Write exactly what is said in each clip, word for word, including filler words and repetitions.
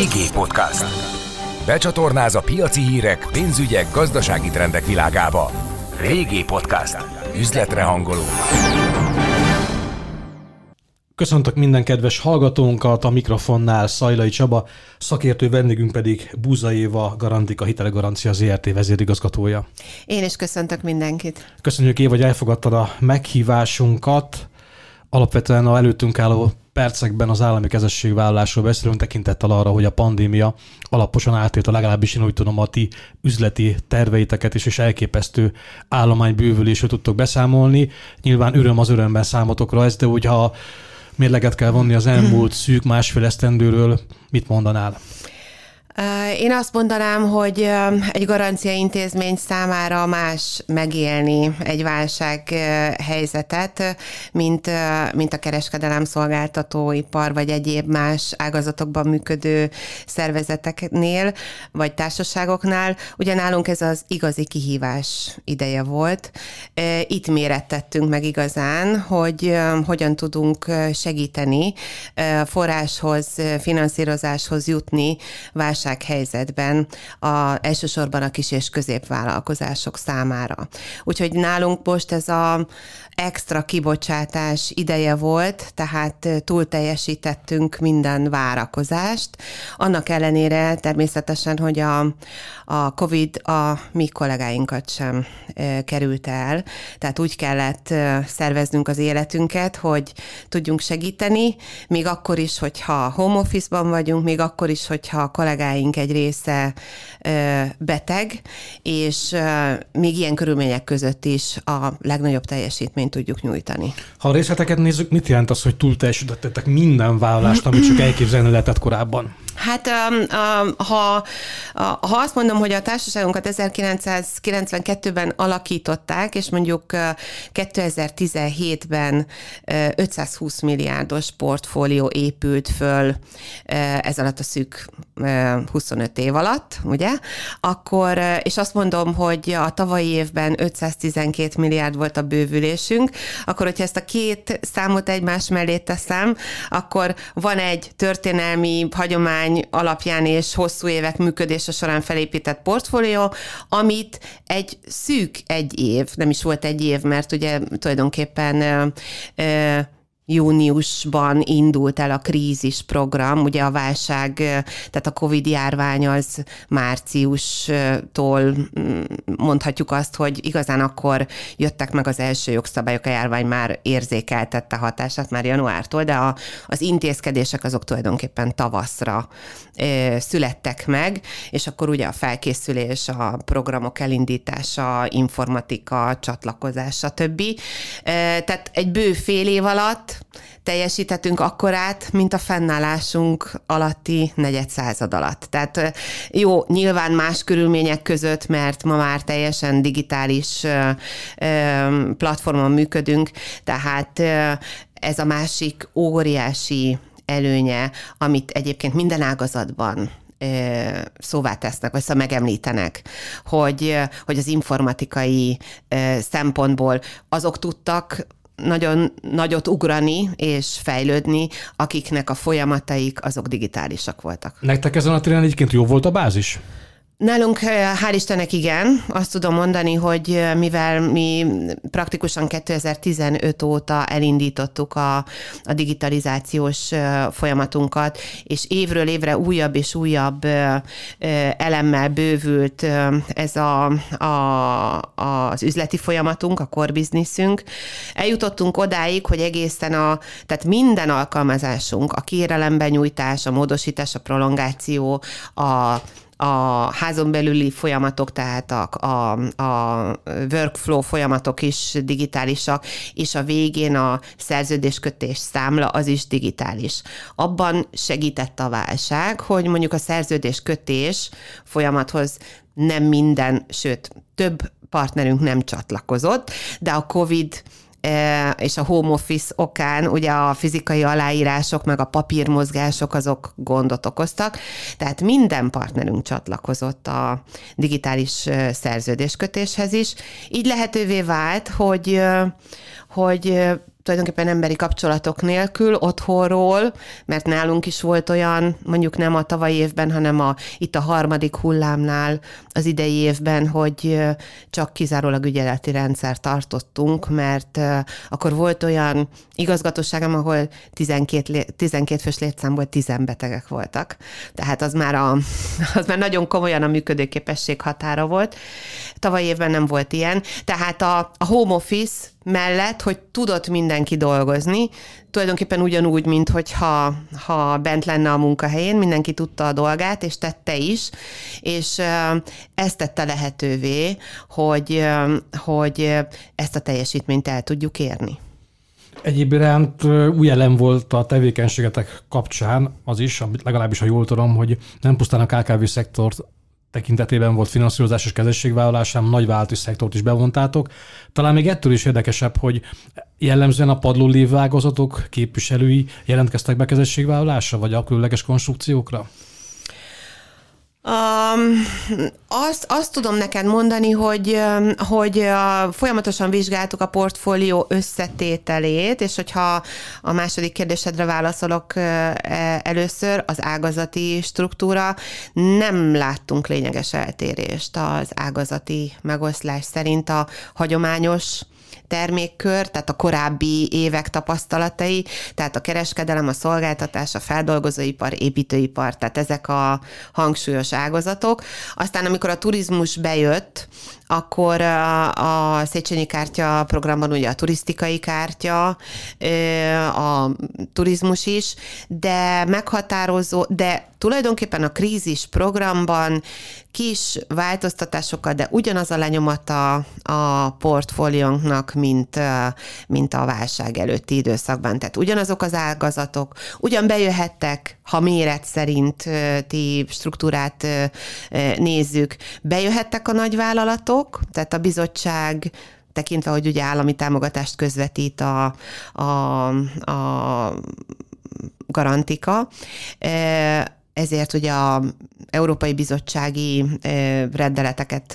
Régi Podcast. Becsatornáz a piaci hírek, pénzügyek, gazdasági trendek világába. Régi Podcast. Üzletre hangoló. Köszöntök minden kedves hallgatónkat, a mikrofonnál Szajlai Csaba, szakértő vendégünk pedig Búza Éva, Garantika Hitelgarancia zé er té vezérigazgatója. Én is köszöntök mindenkit. Köszönjük, Éva, hogy elfogadtad a meghívásunkat. Alapvetően a előttünk álló percekben az állami kezességvállalásról beszélünk, tekintettel arra, hogy a pandémia alaposan átírta, legalábbis én úgy tudom, a ti üzleti terveiteket is, és elképesztő állománybővülésről tudtok beszámolni. Nyilván öröm az örömben számotokra ez, de hogyha mérleget kell vonni az elmúlt szűk másfél esztendőről, mit mondanál? Én azt mondanám, hogy egy garancia intézmény számára más megélni egy válsághelyzetet, mint, mint a kereskedelem szolgáltatóipar, vagy egyéb más ágazatokban működő szervezeteknél, vagy társaságoknál. Ugye nálunk ez az igazi kihívás ideje volt. Itt mérettettünk meg igazán, hogy hogyan tudunk segíteni forráshoz, finanszírozáshoz jutni válság helyzetben a, elsősorban a kis és középvállalkozások számára. Úgyhogy nálunk most ez a extra kibocsátás ideje volt, tehát túl teljesítettünk minden várakozást. Annak ellenére természetesen, hogy a, a Covid a mi kollégáinkat sem e, került el, tehát úgy kellett e, szerveznünk az életünket, hogy tudjunk segíteni, még akkor is, hogyha home office-ban vagyunk, még akkor is, hogyha a kollégáink egy része e, beteg, és e, még ilyen körülmények között is a legnagyobb teljesítményt tudjuk nyújtani. Ha a részleteket nézzük, mit jelent az, hogy túl teljesítettetek minden vállalást, amit csak elképzelni lehetett korábban? Hát ha, ha azt mondom, hogy a társaságunkat ezerkilencszázkilencvenkettőben alakították, és mondjuk kétezer-tizenhétben ötszázhúsz milliárdos portfólió épült föl ez alatt a szűk huszonöt év alatt, ugye? Akkor, és azt mondom, hogy a tavalyi évben ötszáztizenkét milliárd volt a bővülésünk, akkor, hogyha ezt a két számot egymás mellé teszem, akkor van egy történelmi hagyomány alapján és hosszú évek működése során felépített portfólió, amit egy szűk egy év, nem is volt egy év, mert ugye tulajdonképpen ö, ö, júniusban indult el a krízis program, ugye a válság, tehát a Covid járvány az márciustól mondhatjuk azt, hogy igazán akkor jöttek meg az első jogszabályok, a járvány már érzékeltette hatását már januártól, de a, az intézkedések azok tulajdonképpen tavaszra ö, születtek meg, és akkor ugye a felkészülés, a programok elindítása, informatika, csatlakozás, stb. Tehát egy bő fél év alatt teljesítettünk akkorát, mint a fennállásunk alatti negyed század alatt. Tehát jó, nyilván más körülmények között, mert ma már teljesen digitális platformon működünk, tehát ez a másik óriási előnye, amit egyébként minden ágazatban szóvá tesznek, vagy szóval megemlítenek, hogy, hogy az informatikai szempontból azok tudtak nagyon nagyot ugrani és fejlődni, akiknek a folyamataik azok digitálisak voltak. Nektek ezen a téren egyébként jó volt a bázis? Nálunk hál' Istennek igen, azt tudom mondani, hogy mivel mi praktikusan kétezer-tizenöt óta elindítottuk a, a digitalizációs folyamatunkat, és évről évre újabb és újabb elemmel bővült ez a, a, az üzleti folyamatunk, a core businessünk. Eljutottunk odáig, hogy egészen a, tehát minden alkalmazásunk, a kérelembenyújtás, a módosítás, a prolongáció, a a házon belüli folyamatok, tehát a, a, a workflow folyamatok is digitálisak, és a végén a szerződéskötés számla az is digitális. Abban segített a válság, hogy mondjuk a szerződéskötés folyamathoz nem minden, sőt, több partnerünk nem csatlakozott, de a Covid és a home office okán ugye a fizikai aláírások meg a papírmozgások azok gondot okoztak, tehát minden partnerünk csatlakozott a digitális szerződéskötéshez is. Így lehetővé vált, hogy, hogy tulajdonképpen emberi kapcsolatok nélkül, otthonról, mert nálunk is volt olyan, mondjuk nem a tavalyi évben, hanem a, itt a harmadik hullámnál az idei évben, hogy csak kizárólag ügyeleti rendszer tartottunk, mert akkor volt olyan igazgatóságom, ahol tizenkét, tizenkét fős létszámból tíz betegek voltak. Tehát az már, a, az már nagyon komolyan a működőképesség határa volt. Tavaly évben nem volt ilyen. Tehát a, a home office mellett, hogy tudott mindenki dolgozni, tulajdonképpen ugyanúgy, mint hogyha ha bent lenne a munkahelyén, mindenki tudta a dolgát, és tette is, és ezt tette lehetővé, hogy, hogy ezt a teljesítményt el tudjuk érni. Egyéb iránt új elem volt a tevékenységetek kapcsán az is, legalábbis ha jól tudom, hogy nem pusztán a ká ká vé szektort tekintetében volt finanszírozás és kezességvállalás, hanem nagyvállalati szektort is bevontátok. Talán még ettől is érdekesebb, hogy jellemzően a padlón lévő ágazatok képviselői jelentkeztek be kezességvállalásra, vagy a különleges konstrukciókra? Um, azt, azt tudom neked mondani, hogy, hogy uh, folyamatosan vizsgáltuk a portfólió összetételét, és hogyha a második kérdésedre válaszolok uh, először, az ágazati struktúra, nem láttunk lényeges eltérést az ágazati megoszlás szerint a hagyományos termékkör, tehát a korábbi évek tapasztalatai, tehát a kereskedelem, a szolgáltatás, a feldolgozóipar, építőipar, tehát ezek a hangsúlyos ágazatok. Aztán amikor a turizmus bejött, akkor a Széchenyi kártya programban ugye a turisztikai kártya, a turizmus is, de meghatározó, de tulajdonképpen a krízis programban kis változtatásokkal, de ugyanaz a lenyomata a portfóliónknak, mint, mint a válság előtti időszakban. Tehát ugyanazok az ágazatok, ugyan bejöhettek, ha méret szerinti struktúrát nézzük, bejöhettek a nagyvállalatok, tehát a bizottság tekintve, hogy ugye állami támogatást közvetít a, a, a Garantika, ezért ugye a Európai Bizottsági rendeleteket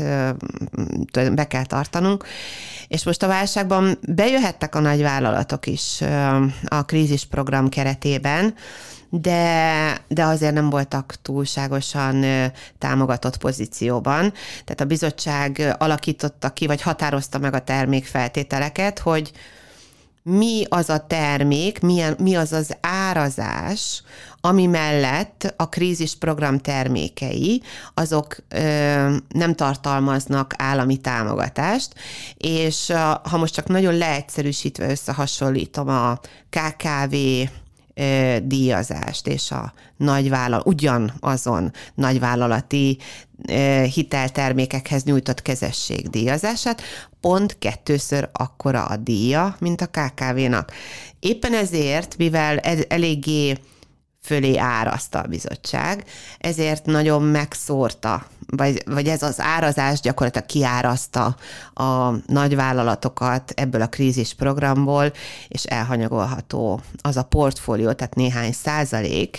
be kell tartanunk, és most a válságban bejöhettek a nagyvállalatok is a krízisprogram keretében, de, de azért nem voltak túlságosan támogatott pozícióban. Tehát a bizottság alakította ki, vagy határozta meg a termékfeltételeket, hogy mi az a termék, milyen, mi az az árazás, ami mellett a krízisprogram termékei, azok ö, nem tartalmaznak állami támogatást, és ha most csak nagyon leegyszerűsítve összehasonlítom a ká ká vé ö, díjazást és a nagyvállalat, ugyanazon nagyvállalati ö, hiteltermékekhez nyújtott kezesség díjazását, pont kettőször akkora a díja, mint a ká ká vénak. Éppen ezért, mivel ez eléggé fölé árazta a bizottság, ezért nagyon megszórta, vagy, vagy ez az árazás gyakorlatilag kiáraszta a nagyvállalatokat ebből a krízisprogramból, és elhanyagolható az a portfólió, tehát néhány százalék,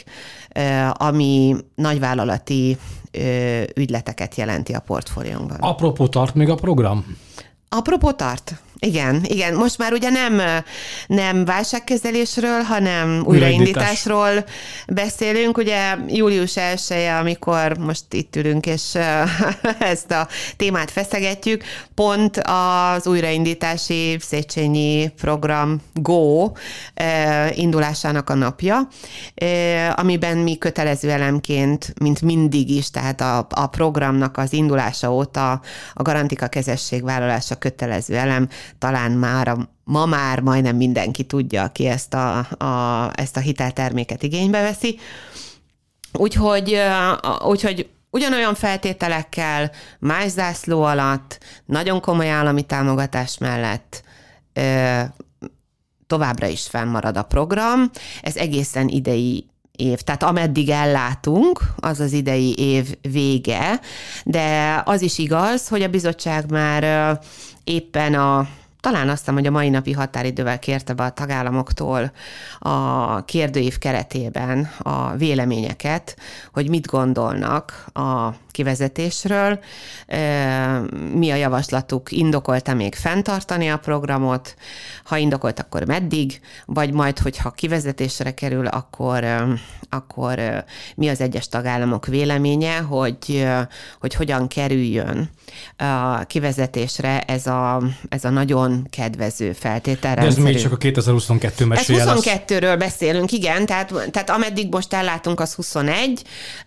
ami nagyvállalati ügyleteket jelenti a portfóliónkban. Apropó, tart még a program? Apropó, tart. Igen, igen. Most már ugye nem, nem válságkezelésről, hanem újraindításról beszélünk. Ugye július elseje, amikor most itt ülünk, és ezt a témát feszegetjük, pont az újraindítási Széchenyi program Go indulásának a napja, amiben mi kötelező elemként, mint mindig is, tehát a, a programnak az indulása óta a Garantika kezességvállalása kötelező elem, talán már a, ma már majdnem mindenki tudja, aki ezt a, a, ezt a hitelterméket igénybe veszi. Úgyhogy, úgyhogy ugyanolyan feltételekkel, más zászló alatt, nagyon komoly állami támogatás mellett továbbra is fennmarad a program. Ez egészen idei év. Tehát ameddig ellátunk, az az idei év vége, de az is igaz, hogy a bizottság már éppen a talán azt hiszem, hogy a mai napi határidővel kérte be a tagállamoktól a kérdőív keretében a véleményeket, hogy mit gondolnak a kivezetésről. Mi a javaslatuk? Indokolta még fenntartani a programot? Ha indokolt, akkor meddig? Vagy majd, hogyha kivezetésre kerül, akkor, akkor mi az egyes tagállamok véleménye, hogy, hogy hogyan kerüljön a kivezetésre ez a, ez a nagyon kedvező feltételrendszer. De ez még csak a kétezer-huszonkettő mesélye lesz. huszonkettőről beszélünk, igen, tehát, tehát ameddig most ellátunk, az huszonegy,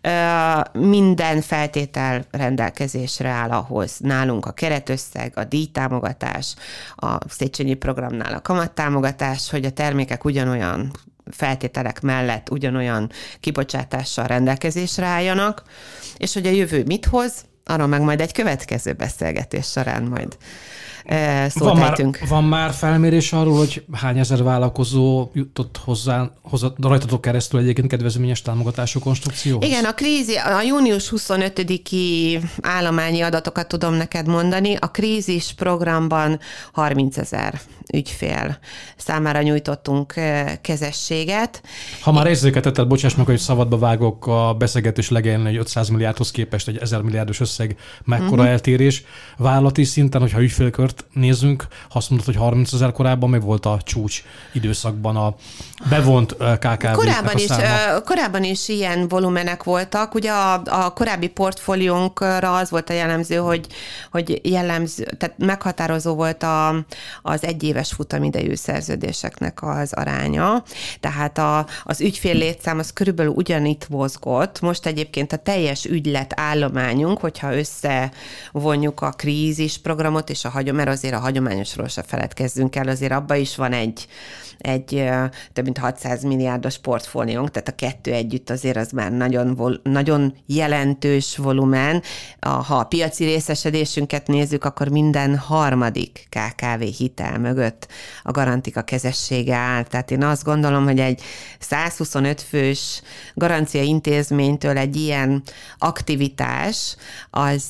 minden feltétel rendelkezésre áll ahhoz. Nálunk a keretösszeg, a díjtámogatás, a Széchenyi programnál a kamattámogatás, hogy a termékek ugyanolyan feltételek mellett ugyanolyan kibocsátással rendelkezésre álljanak, és hogy a jövő mit hoz, arról meg majd egy következő beszélgetés során majd szót van már, van már felmérés arról, hogy hány ezer vállalkozó jutott hozzá, hozzá rajtatok keresztül egyébként kedvezményes támogatású konstrukcióhoz? Igen, a krízi, a június huszonötödiki állományi adatokat tudom neked mondani. A krízis programban harmincezer ügyfél számára nyújtottunk kezességet. Ha már érzékelteted, bocsáss meg, hogy szabadba vágok, a beszélgetés legelején egy ötszáz milliárdhoz képest egy ezer milliárdos összeg mekkora uh-huh. eltérés. Vállalati szinten, hogyha ügyfélkört nézzünk, azt mondod, hogy harmincezer korábban meg volt a csúcs időszakban a bevont ká ká vé-nek korábban a is, száma. Korábban is ilyen volumenek voltak. Ugye a, a korábbi portfóliónkra az volt a jellemző, hogy, hogy jellemző, tehát meghatározó volt a, az egyéves futamidejű szerződéseknek az aránya. Tehát a, az ügyfél létszám az körülbelül ugyanitt mozgott. Most egyébként a teljes ügylet állományunk, hogyha összevonjuk a krízis programot és a hagyom, mert azért a hagyományosról se feledkezzünk el, azért abban is van egy, egy több mint hatszáz milliárdos portfóliónk, tehát a kettő együtt azért az már nagyon, nagyon jelentős volumen. Ha a piaci részesedésünket nézzük, akkor minden harmadik ká ká vé hitel mögött a Garantika kezessége áll. Tehát én azt gondolom, hogy egy százhuszonöt fős garancia intézménytől egy ilyen aktivitás az,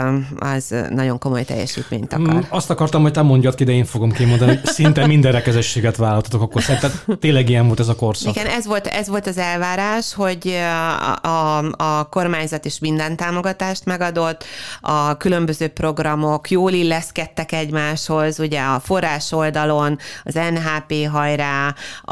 az nagyon komoly teljesítményt akar. Azt akartam, hogy te mondjad ki, de én fogom kimondani, hogy szinte mindenre kezességet vállaltatok, akkor szerintem tényleg ilyen volt ez a korszak. Igen, ez volt, ez volt az elvárás, hogy a, a, a kormányzat is minden támogatást megadott, a különböző programok jól illeszkedtek egymáshoz, ugye a forrás oldalon, az en há pé hajrá, a,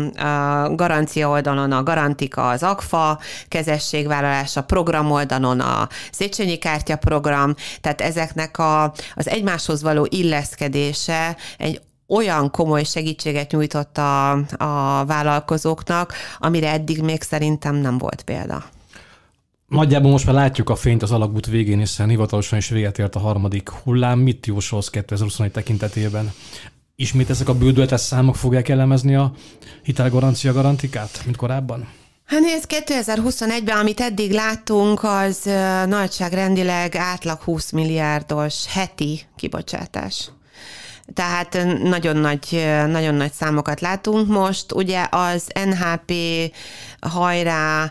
a garancia oldalon a Garantika, az Agfa kezességvállalása, program oldalon a Széchenyi kártya program, tehát ezeknek a, az egymáshoz való illeszkedése egy olyan komoly segítséget nyújtott a, a vállalkozóknak, amire eddig még szerintem nem volt példa. Nagyjából most már látjuk a fényt az alagút végén, hiszen hivatalosan is véget ért a harmadik hullám. Mit jósolsz kétezer-huszonegy tekintetében? Ismét ezek a bődületes számok fogják jellemezni a hitelgarancia garantikát, mint korábban? Hát nézd, kétezer-huszonegyben, amit eddig láttunk, az nagyságrendileg átlag húsz milliárdos heti kibocsátás. Tehát nagyon nagy, nagyon nagy számokat látunk most. Ugye az en há pé hajrá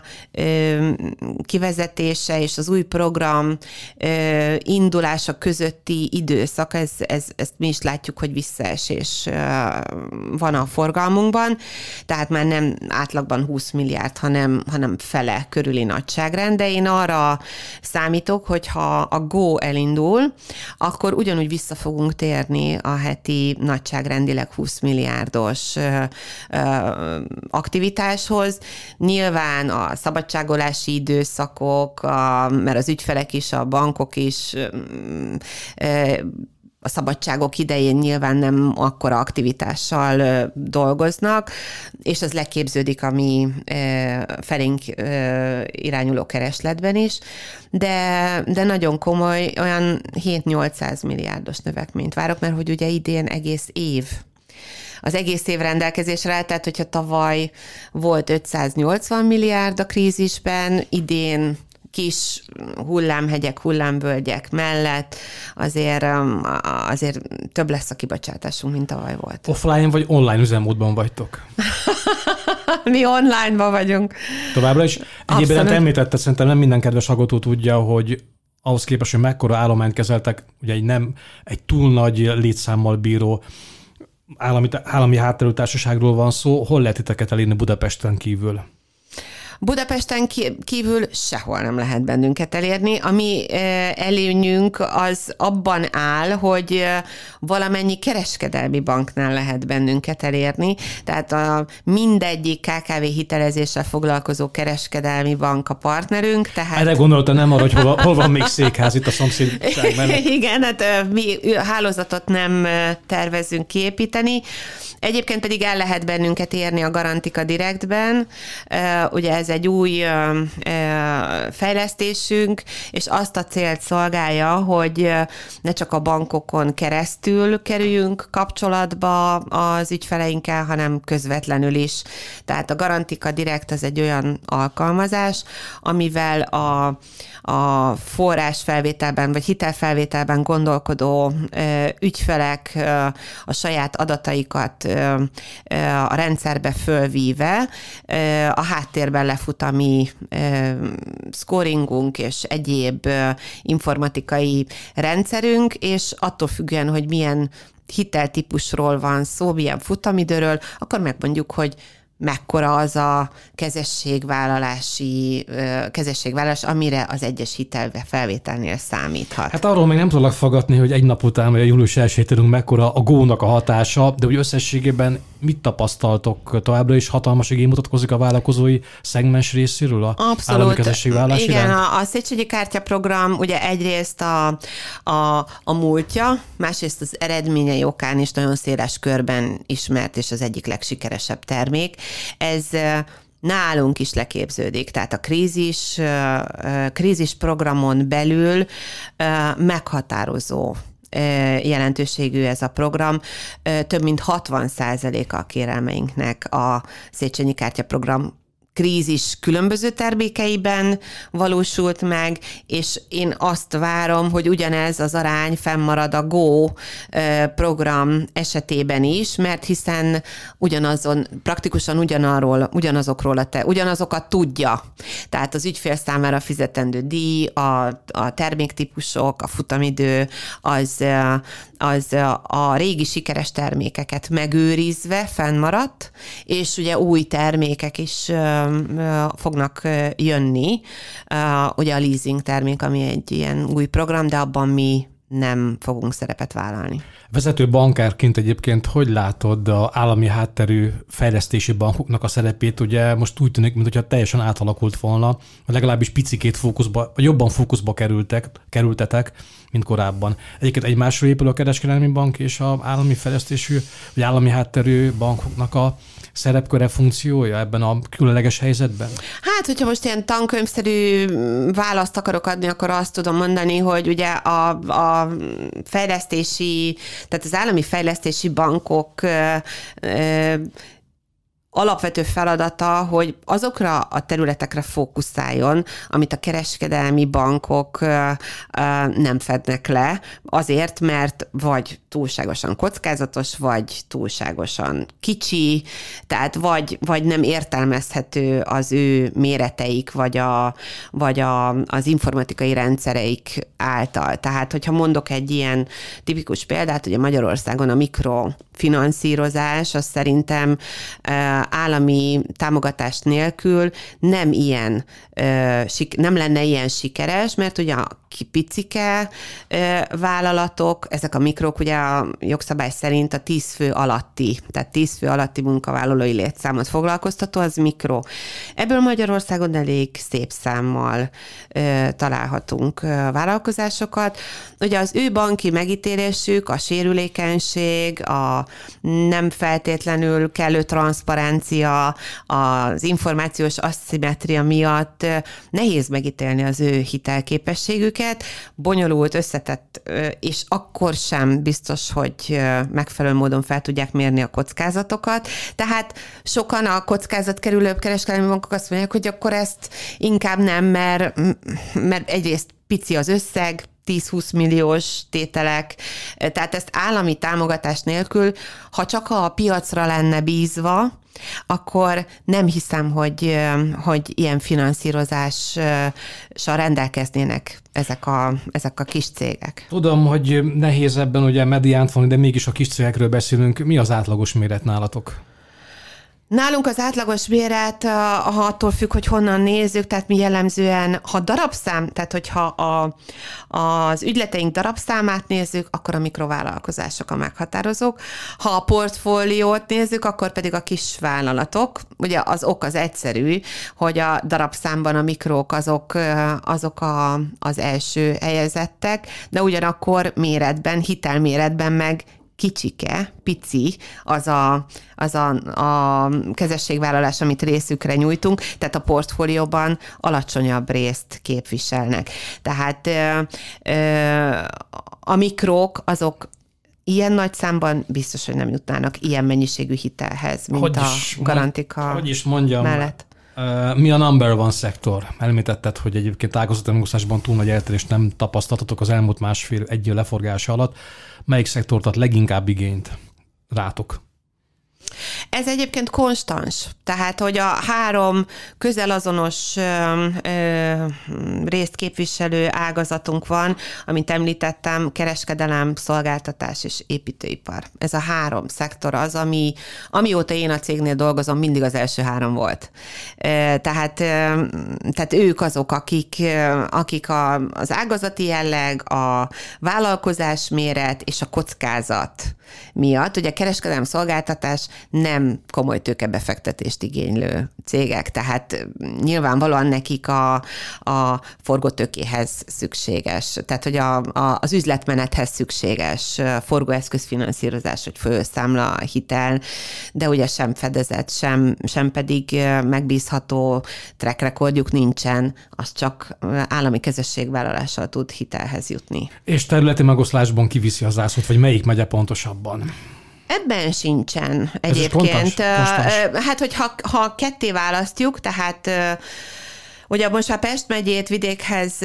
kivezetése és az új program indulása közötti időszak, ez, ez, ezt mi is látjuk, hogy visszaesés van a forgalmunkban, tehát már nem átlagban húsz milliárd, hanem, hanem fele körüli nagyságrend, de én arra számítok, hogy ha a Go elindul, akkor ugyanúgy vissza fogunk térni a heti nagyságrendileg húsz milliárdos aktivitáshoz. Nyilván a szabadságolási időszakok, a, mert az ügyfelek is, a bankok is a szabadságok idején nyilván nem akkora aktivitással dolgoznak, és az leképződik a mi felénk irányuló keresletben is, de, de nagyon komoly, olyan hét-nyolcszáz milliárdos növekményt várok, mert hogy ugye idén egész év az egész év rendelkezésre állt, tehát hogyha tavaly volt ötszáznyolcvan milliárd a krízisben, idén kis hullámhegyek, hullámvölgyek mellett azért, azért több lesz a kibocsátásunk, mint tavaly volt. Offline vagy online üzemmódban vagytok? Mi online-ban vagyunk. Továbbra is. Egyébként említette, szerintem nem minden kedves hallgató tudja, hogy ahhoz képest, hogy mekkora állományt kezeltek, ugye egy nem egy túl nagy létszámmal bíró állami, állami hátterű társaságról van szó. Hol lehet titeket elérni Budapesten kívül? Budapesten kívül sehol nem lehet bennünket elérni. A mi előnyünk az abban áll, hogy valamennyi kereskedelmi banknál lehet bennünket elérni. Tehát a mindegyik ká ká vé hitelezéssel foglalkozó kereskedelmi bank a partnerünk. Tehát... Erre gondoltam, nem arra, hogy hol, hol van még székház itt a szomszédság mellett. Igen, hát mi hálózatot nem tervezünk kiépíteni. Egyébként pedig el lehet bennünket érni a Garantika Directben. Ugye ez egy új fejlesztésünk, és azt a célt szolgálja, hogy ne csak a bankokon keresztül kerüljünk kapcsolatba az ügyfeleinkkel, hanem közvetlenül is. Tehát a Garantika Direct az egy olyan alkalmazás, amivel a a forrásfelvételben vagy hitelfelvételben gondolkodó ügyfelek a saját adataikat a rendszerbe fölvíve a háttérben lefut a mi scoringunk és egyéb informatikai rendszerünk, és attól függően, hogy milyen hiteltípusról van szó, milyen futamidőről, akkor megmondjuk, hogy mekkora az a kezességvállalási, kezességvállalás, amire az egyes hitelfelvételnél számíthat. Hát arról még nem tudlak faggatni, hogy egy nap után, vagy a július elsején tudunk mekkora a gó-nak a hatása, de úgy összességében mit tapasztaltok továbbra is? Hatalmas igény mutatkozik a vállalkozói szegmens részéről a állami kezességvállalás Igen, iránt? a, a Széchenyi kártyaprogram ugye egyrészt a, a, a múltja, másrészt az eredményei okán is nagyon széles körben ismert, és az egyik legsikeresebb termék. Ez nálunk is leképződik, tehát a krízis, krízis programon belül meghatározó jelentőségű ez a program. Több mint hatvan százaléka a kérelmeinknek a Széchenyi kártyaprogram krízis különböző termékeiben valósult meg, és én azt várom, hogy ugyanez az arány fennmarad a Go program esetében is, mert hiszen ugyanazon, praktikusan ugyanarról, ugyanazokról a te, ugyanazokat tudja. Tehát az ügyfél számára fizetendő díj, a, a terméktípusok, a futamidő, az, az a régi sikeres termékeket megőrizve fennmaradt, és ugye új termékek is fognak jönni. Ugye a leasing termék, ami egy ilyen új program, de abban mi nem fogunk szerepet vállalni. Vezető bankárként egyébként hogy látod az állami hátterű fejlesztési bankoknak a szerepét? Ugye most úgy tűnik, mintha teljesen átalakult volna, vagy legalábbis picikét fókuszba, vagy jobban fókuszba kerültek, kerültetek, mint korábban. Egyébként egymásról épül a kereskedelmi bank és az állami fejlesztésű, vagy állami hátterű bankoknak a szerepköre, funkciója ebben a különleges helyzetben? Hát, hogyha most ilyen tankönyvszerű választ akarok adni, akkor azt tudom mondani, hogy ugye a, a fejlesztési, tehát az állami fejlesztési bankok ö, ö, alapvető feladata, hogy azokra a területekre fókuszáljon, amit a kereskedelmi bankok nem fednek le, azért, mert vagy túlságosan kockázatos, vagy túlságosan kicsi, tehát vagy, vagy nem értelmezhető az ő méreteik, vagy, a, vagy a, az informatikai rendszereik által. Tehát, hogyha mondok egy ilyen tipikus példát, ugye Magyarországon a mikrofinanszírozás, az szerintem állami támogatás nélkül nem ilyen, nem lenne ilyen sikeres, mert ugye a picike vállalatok, ezek a mikrok ugye a jogszabály szerint a tíz fő alatti, tehát tíz fő alatti munkavállalói létszámot foglalkoztató, az mikro. Ebből Magyarországon elég szép számmal találhatunk vállalkozásokat. Ugye az ő banki megítélésük, a sérülékenység, a nem feltétlenül kellő transzparencia, az információs asszimetria miatt nehéz megítélni az ő hitelképességüket, bonyolult, összetett, és akkor sem biztos, hogy megfelelő módon fel tudják mérni a kockázatokat. Tehát sokan a kockázatkerülőbb kereskedelmi bankok azt mondják, hogy akkor ezt inkább nem, mert, mert egyrészt pici az összeg, tíz-húsz milliós tételek, tehát ezt állami támogatás nélkül, ha csak a piacra lenne bízva, akkor nem hiszem, hogy, hogy ilyen finanszírozással rendelkeznének ezek a, ezek a kis cégek. Tudom, hogy nehéz ebben ugye mediánt vonni, de mégis a kis cégekről beszélünk. Mi az átlagos méret nálatok? Nálunk az átlagos béret attól függ, hogy honnan nézzük, tehát mi jellemzően, ha darabszám, tehát hogyha a, az ügyleteink darabszámát nézzük, akkor a mikrovállalkozások a meghatározók. Ha a portfóliót nézzük, akkor pedig a kis vállalatok. Ugye az ok az egyszerű, hogy a darabszámban a mikrók azok, azok a, az első helyezettek, de ugyanakkor méretben, hitelméretben meg kicsike, pici az a, az a, a kezességvállalás, amit részükre nyújtunk, tehát a portfólióban alacsonyabb részt képviselnek. Tehát ö, ö, a mikrók azok ilyen nagy számban biztos, hogy nem jutnának ilyen mennyiségű hitelhez, mint hogy a is, garantika hogy is mondjam, mellett. Mi a number one szektor? Elmítetted, hogy egyébként ágazati megosztásban túl nagy eltérést nem tapasztaltatok az elmúlt másfél egy év leforgása alatt. Melyik szektort ad leginkább igényt rátok? Ez egyébként konstans. Tehát, hogy a három közelazonos ö, ö, részt képviselő ágazatunk van, amit említettem, kereskedelem, szolgáltatás és építőipar. Ez a három szektor az, ami, amióta én a cégnél dolgozom, mindig az első három volt. Tehát, tehát ők azok, akik, akik a, az ágazati jelleg, a vállalkozás méret és a kockázat miatt, ugye a kereskedelem, szolgáltatás nem komoly tőkebefektetést igénylő cégek, tehát nyilvánvalóan nekik a, a forgótőkéhez szükséges, tehát hogy a, a, az üzletmenethez szükséges forgóeszközfinanszírozás, hogy fölszámla hitel, de ugye sem fedezet, sem, sem pedig megbízható track recordjuk nincsen, az csak állami kezességvállalással tud hitelhez jutni. És területi megoszlásban kiviszi a zászlót, vagy melyik megye pontosabban? Ebben sincsen egyébként. Konstans, konstans. Hát, hogy ha, ha ketté választjuk, tehát ugye most a Pest megyét vidékhez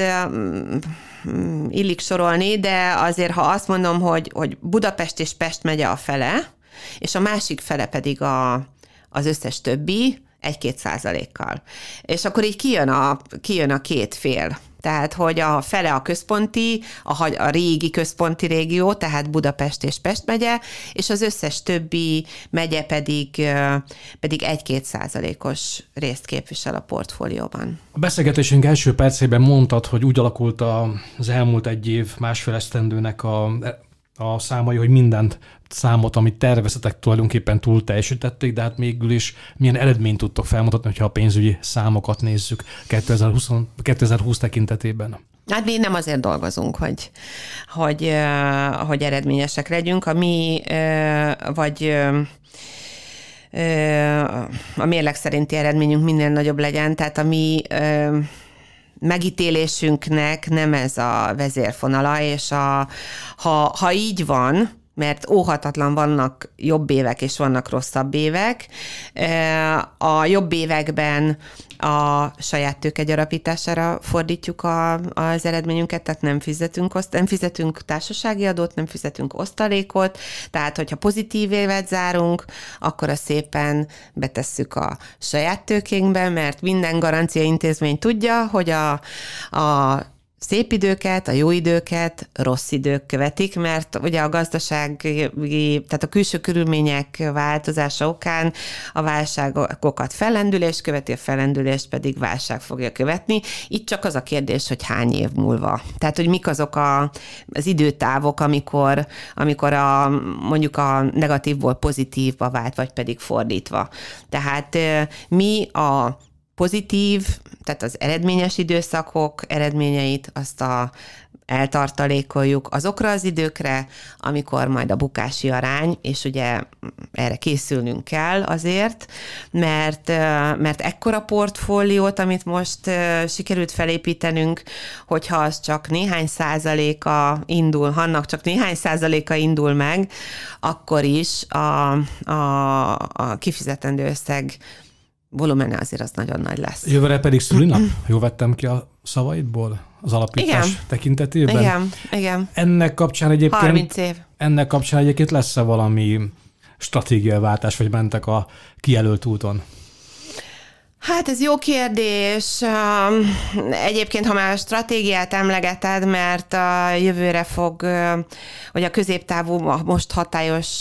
illik sorolni, de azért, ha azt mondom, hogy, hogy Budapest és Pest megye a fele, és a másik fele pedig a, az összes többi, egy-két százalékkal. És akkor így kijön a, kijön a két fél. Tehát, hogy a fele a központi, a, a régi központi régió, tehát Budapest és Pest megye, és az összes többi megye pedig, pedig egy-két százalékos részt képvisel a portfólióban. A beszélgetésünk első percében mondtad, hogy úgy alakult az elmúlt egy év, másfél esztendőnek a, a számai, hogy mindent számot, amit tervezetek tulajdonképpen túl teljesítették, de hát mégül is milyen eredményt tudtok felmutatni, hogyha a pénzügyi számokat nézzük kétezer-húsz, kétezer-húsz tekintetében? Hát mi nem azért dolgozunk, hogy, hogy, hogy eredményesek legyünk. A mi vagy a mérleg szerinti eredményünk minél nagyobb legyen, tehát a mi megítélésünknek nem ez a vezérfonala, és a, ha, ha így van, mert óhatatlan vannak jobb évek és vannak rosszabb évek. A jobb években a saját tőkegyarapítására fordítjuk a, az eredményünket, tehát nem fizetünk, nem fizetünk társasági adót, nem fizetünk osztalékot, tehát hogyha pozitív évet zárunk, akkor azt szépen betesszük a saját tőkénkbe, mert minden garancia intézmény tudja, hogy a, a szép időket, a jó időket rossz idők követik, mert ugye a gazdasági, tehát a külső körülmények változása okán a válságokat fellendülés követi, a fellendülést pedig válság fogja követni. Itt csak az a kérdés, hogy hány év múlva. Tehát, hogy mik azok a, az időtávok, amikor, amikor a, mondjuk a negatívból pozitívba vált, vagy pedig fordítva. Tehát mi a pozitív, tehát az eredményes időszakok eredményeit azt a eltartalékoljuk azokra az időkre, amikor majd a bukási arány, és ugye erre készülnünk kell azért, mert, mert ekkora portfóliót, amit most sikerült felépítenünk, hogyha az csak néhány százaléka indul, annak csak néhány százaléka indul meg, akkor is a, a, a kifizetendő összeg volumene azért az nagyon nagy lesz. Jövőre pedig szülinap? Jól vettem ki a szavaidból az alapítás igen. tekintetében? Igen, igen. Ennek kapcsán egyébként... harminc év. Ennek kapcsán egyébként lesz-e valami stratégiaváltás, vagy mentek a kijelölt úton? Hát ez jó kérdés. Egyébként, ha már a stratégiát emlegeted, mert a jövőre fog, hogy a középtávú, most hatályos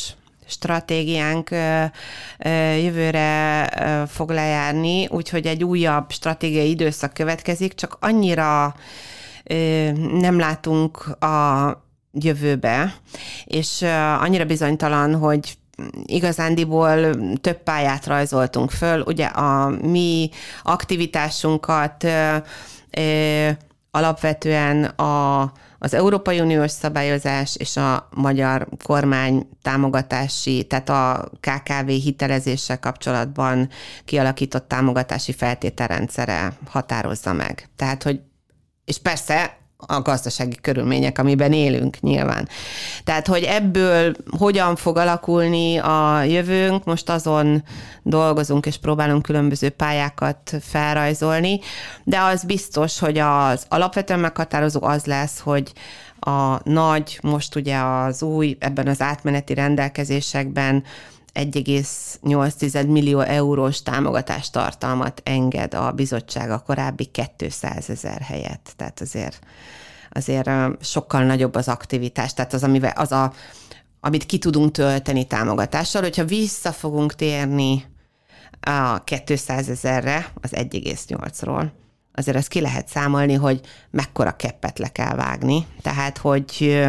stratégiánk jövőre fog lejárni, úgyhogy egy újabb stratégiai időszak következik, csak annyira nem látunk a jövőbe, és annyira bizonytalan, hogy igazándiból több pályát rajzoltunk föl. Ugye a mi aktivitásunkat alapvetően a, az Európai Uniós szabályozás és a magyar kormány támogatási, tehát a ká ká vé hitelezéssel kapcsolatban kialakított támogatási feltételrendszere határozza meg. Tehát, hogy és persze a gazdasági körülmények, amiben élünk nyilván. Tehát, hogy ebből hogyan fog alakulni a jövőnk, most azon dolgozunk és próbálunk különböző pályákat felrajzolni, de az biztos, hogy az alapvetően meghatározó az lesz, hogy a nagy, most ugye az új, ebben az átmeneti rendelkezésekben egy egész nyolc millió eurós támogatást tartalmat enged a bizottság a korábbi kétszázezer helyett. Tehát azért, azért sokkal nagyobb az aktivitás, tehát az, amivel, az a, amit ki tudunk tölteni támogatással, hogyha vissza fogunk térni a kétszázezerre, az egy egész nyolcról, azért ezt ki lehet számolni, hogy mekkora keppet le kell vágni. Tehát, hogy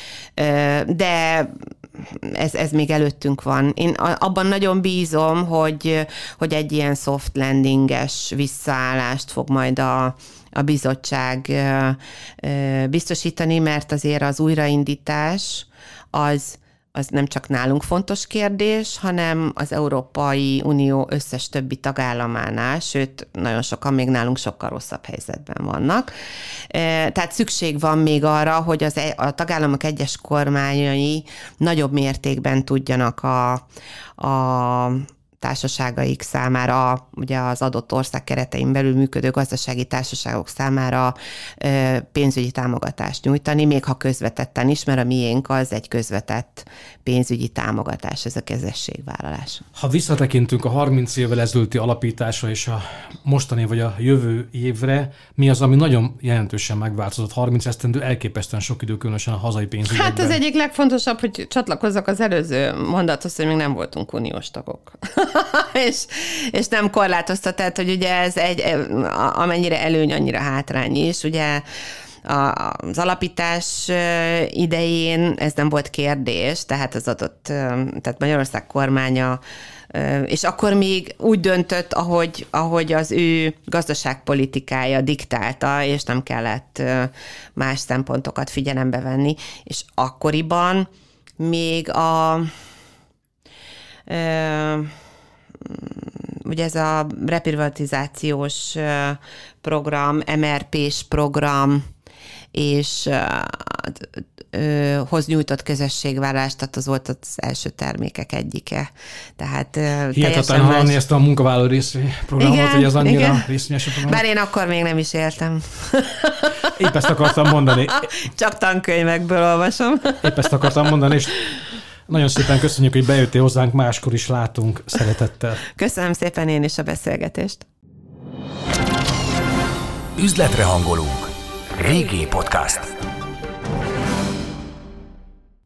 de ez, ez még előttünk van. Én abban nagyon bízom, hogy, hogy egy ilyen soft landinges visszaállást fog majd a, a bizottság biztosítani, mert azért az újraindítás az az nem csak nálunk fontos kérdés, hanem az Európai Unió összes többi tagállamánál, sőt, nagyon sokan még nálunk sokkal rosszabb helyzetben vannak. Tehát szükség van még arra, hogy az, a tagállamok egyes kormányai nagyobb mértékben tudjanak a, a társaságaik számára, ugye az adott ország keretein belül működő gazdasági társaságok számára pénzügyi támogatást nyújtani, még ha közvetetten is, mert a miénk az egy közvetett pénzügyi támogatás, ez a kezességvállalás. Ha visszatekintünk a harminc évvel ezelőtti alapításra és a mostani vagy a jövő évre, mi az, ami nagyon jelentősen megváltozott? harminc esztendő elképesztően sok idő, különösen a hazai pénzügyekben. Hát az egyik legfontosabb, hogy csatlakozzak az előző mondathoz, hogy még nem voltunk uniós tagok. és, és nem korlátoztat, tehát, hogy ugye ez egy, amennyire előny, annyira hátrány is. Ugye az alapítás idején ez nem volt kérdés, tehát az adott, tehát Magyarország kormánya, és akkor még úgy döntött, ahogy, ahogy az ő gazdaságpolitikája diktálta, és nem kellett más szempontokat figyelembe venni, és akkoriban még a ugye ez a reprivatizációs program, em er pés program, és hoz nyújtott közösségvállást, tehát az volt az első termékek egyike. Tehát hihetetlen hallani ezt a munkavállaló részprogramot, igen, hogy az annyira részvényes program. Bár én akkor még nem is éltem. Épp ezt akartam mondani. Csak tankönyvekből olvasom. Épp ezt akartam mondani, és nagyon szépen köszönjük, hogy bejöttél hozzánk, máskor is látunk szeretettel. Köszönöm szépen én is a beszélgetést. Üzletre hangolunk. Régi Podcast.